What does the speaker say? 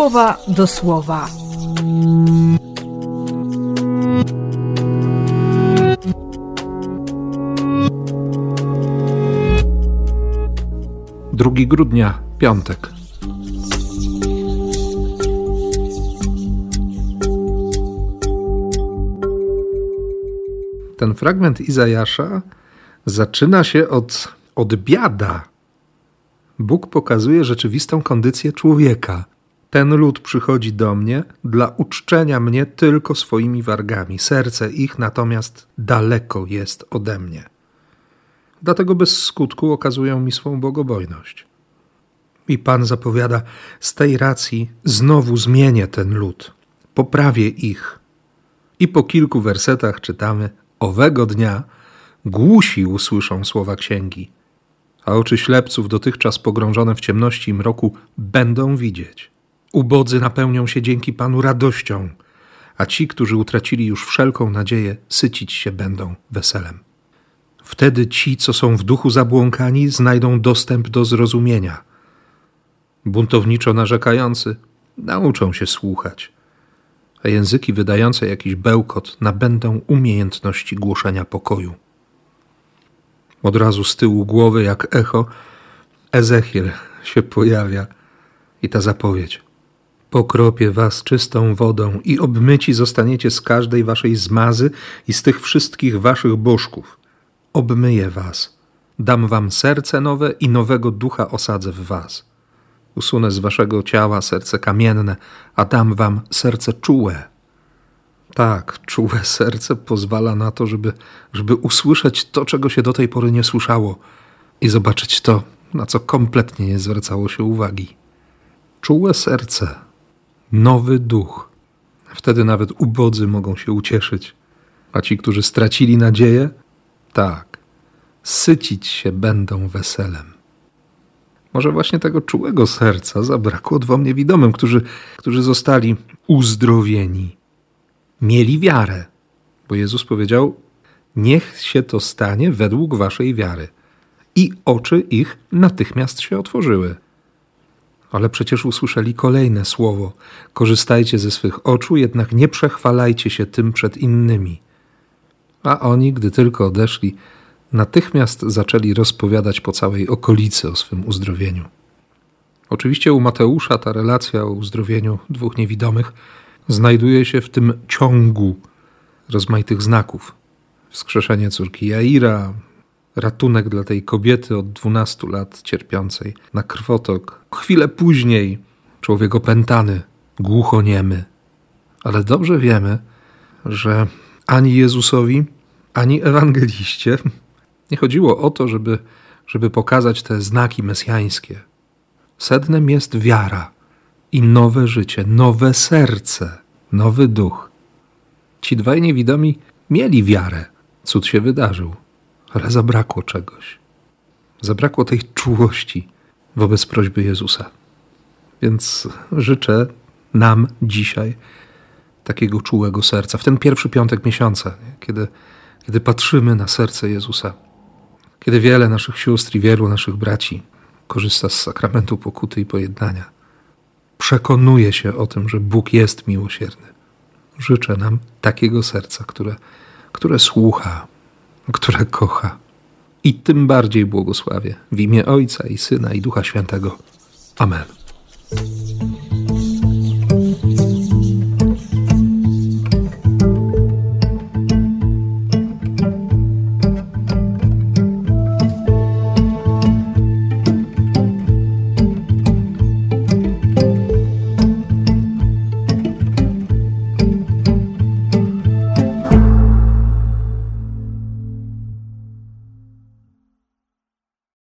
słowa do słowa. Drugi grudnia, piątek. Ten fragment Izajasza zaczyna się od biada. Bóg pokazuje rzeczywistą kondycję człowieka. Ten lud przychodzi do mnie dla uczczenia mnie tylko swoimi wargami. Serce ich natomiast daleko jest ode mnie. Dlatego bez skutku okazują mi swą bogobojność. I Pan zapowiada, z tej racji znowu zmienię ten lud. Poprawię ich. I po kilku wersetach czytamy, owego dnia głusi usłyszą słowa księgi, a oczy ślepców dotychczas pogrążone w ciemności i mroku będą widzieć. Ubodzy napełnią się dzięki Panu radością, a ci, którzy utracili już wszelką nadzieję, sycić się będą weselem. Wtedy ci, co są w duchu zabłąkani, znajdą dostęp do zrozumienia. Buntowniczo narzekający nauczą się słuchać, a języki wydające jakiś bełkot nabędą umiejętności głoszenia pokoju. Od razu z tyłu głowy, jak echo, Ezechiel się pojawia i ta zapowiedź. Pokropię was czystą wodą i obmyci zostaniecie z każdej waszej zmazy i z tych wszystkich waszych bożków. Obmyję was, dam wam serce nowe i nowego ducha osadzę w was. Usunę z waszego ciała serce kamienne, a dam wam serce czułe. Tak, czułe serce pozwala na to, żeby usłyszeć to, czego się do tej pory nie słyszało i zobaczyć to, na co kompletnie nie zwracało się uwagi. Czułe serce, nowy duch. Wtedy nawet ubodzy mogą się ucieszyć, a ci, którzy stracili nadzieję, tak, sycić się będą weselem. Może właśnie tego czułego serca zabrakło dwom niewidomym, którzy zostali uzdrowieni. Mieli wiarę, bo Jezus powiedział, niech się to stanie według waszej wiary. I oczy ich natychmiast się otworzyły. Ale przecież usłyszeli kolejne słowo. Korzystajcie ze swych oczu, jednak nie przechwalajcie się tym przed innymi. A oni, gdy tylko odeszli, natychmiast zaczęli rozpowiadać po całej okolicy o swym uzdrowieniu. Oczywiście u Mateusza ta relacja o uzdrowieniu dwóch niewidomych znajduje się w tym ciągu rozmaitych znaków. Wskrzeszenie córki Jaira, ratunek dla tej kobiety od 12 lat cierpiącej na krwotok. Chwilę później człowiek opętany, głuchoniemy. Ale dobrze wiemy, że ani Jezusowi, ani ewangeliście nie chodziło o to, żeby pokazać te znaki mesjańskie. Sednem jest wiara i nowe życie, nowe serce, nowy duch. Ci dwaj niewidomi mieli wiarę, cud się wydarzył, ale zabrakło czegoś. Zabrakło tej czułości wobec prośby Jezusa. Więc życzę nam dzisiaj takiego czułego serca. W ten pierwszy piątek miesiąca, kiedy patrzymy na serce Jezusa, kiedy wiele naszych sióstr i wielu naszych braci korzysta z sakramentu pokuty i pojednania, przekonuje się o tym, że Bóg jest miłosierny. Życzę nam takiego serca, które słucha, które kocha. I tym bardziej błogosławię w imię Ojca i Syna i Ducha Świętego. Amen.